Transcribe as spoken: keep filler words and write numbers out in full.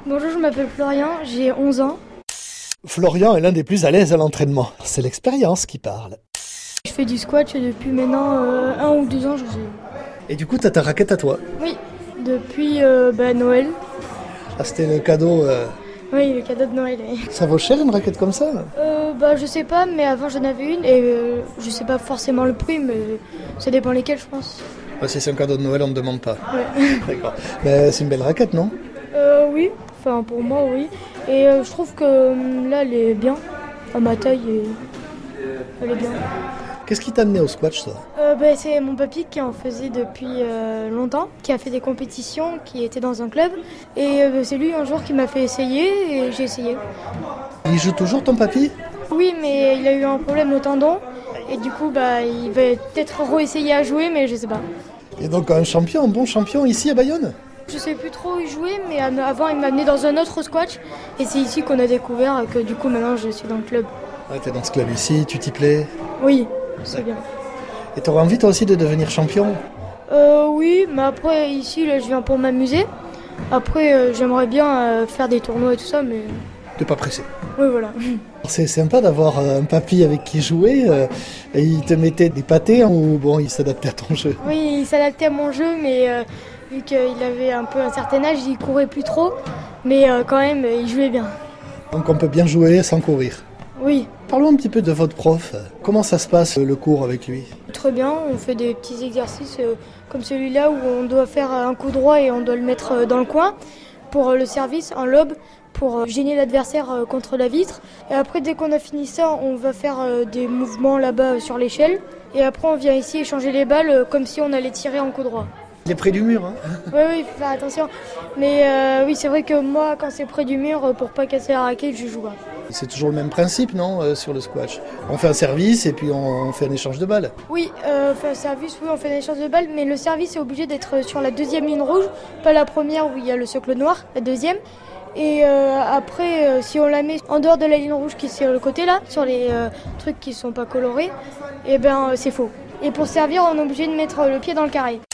Bonjour, je m'appelle Florian, j'ai onze ans. Florian est l'un des plus à l'aise à l'entraînement. C'est l'expérience qui parle. Je fais du squash depuis maintenant euh, un ou deux ans, je sais. Et du coup, t'as ta raquette à toi. Oui, depuis euh, bah, Noël. Ah, c'était le cadeau. Euh... Oui, le cadeau de Noël. Oui. Ça vaut cher une raquette comme ça? euh, bah, Je sais pas, mais avant j'en avais une et euh, je sais pas forcément le prix, mais ça dépend lesquels, je pense. Ah, si c'est un cadeau de Noël, on ne demande pas. Ouais. D'accord. Mais c'est une belle raquette, non? euh, Oui, enfin pour moi, oui. Et euh, je trouve que euh, là, elle est bien. À ma taille, et... elle est bien. Qu'est-ce qui t'a amené au squash, toi? euh, bah, C'est mon papy qui en faisait depuis euh, longtemps, qui a fait des compétitions, qui était dans un club. Et euh, c'est lui un jour qui m'a fait essayer et j'ai essayé. Il joue toujours, ton papy? Oui, mais il a eu un problème au tendon. Et du coup, bah, il va peut-être réessayer à jouer, mais je sais pas. Et donc un champion, un bon champion ici à Bayonne? Je sais plus trop où il jouait, mais avant il m'a amené dans un autre squash. Et c'est ici qu'on a découvert que du coup maintenant je suis dans le club. Ouais, t'es dans ce club ici, tu t'y plais? Oui, c'est bien. Et t'aurais envie toi aussi de devenir champion? Euh, oui, mais après ici là, je viens pour m'amuser. Après euh, j'aimerais bien euh, faire des tournois et tout ça, mais... T'es pas pressé? Oui, voilà. C'est sympa d'avoir un papy avec qui jouer. Euh, et il te mettait des pâtés ou bon, il s'adaptait à ton jeu? Oui, il s'adaptait à mon jeu, mais euh, vu qu'il avait un peu un certain âge, il courait plus trop. Mais euh, quand même, il jouait bien. Donc on peut bien jouer sans courir. Oui. Parlons un petit peu de votre prof. Comment ça se passe le cours avec lui? Très bien, on fait des petits exercices euh, comme celui-là où on doit faire un coup droit et on doit le mettre euh, dans le coin pour euh, le service, un lob, pour euh, gêner l'adversaire euh, contre la vitre. Et après, dès qu'on a fini ça, on va faire euh, des mouvements là-bas euh, sur l'échelle. Et après, on vient ici échanger les balles euh, comme si on allait tirer en coup droit. Il est près du mur, hein? Oui, oui, il faut faire attention. Mais euh, oui, c'est vrai que moi, quand c'est près du mur, euh, pour pas casser la raquette, je joue pas. C'est toujours le même principe, non, euh, sur le squash? On fait un service et puis on fait un échange de balles. Oui, euh, on fait un service, oui, on fait un échange de balles, mais le service est obligé d'être sur la deuxième ligne rouge, pas la première où il y a le socle noir, la deuxième. Et euh, après, euh, si on la met en dehors de la ligne rouge qui est sur le côté là, sur les euh, trucs qui sont pas colorés, et ben euh, c'est faux. Et pour servir, on est obligé de mettre le pied dans le carré.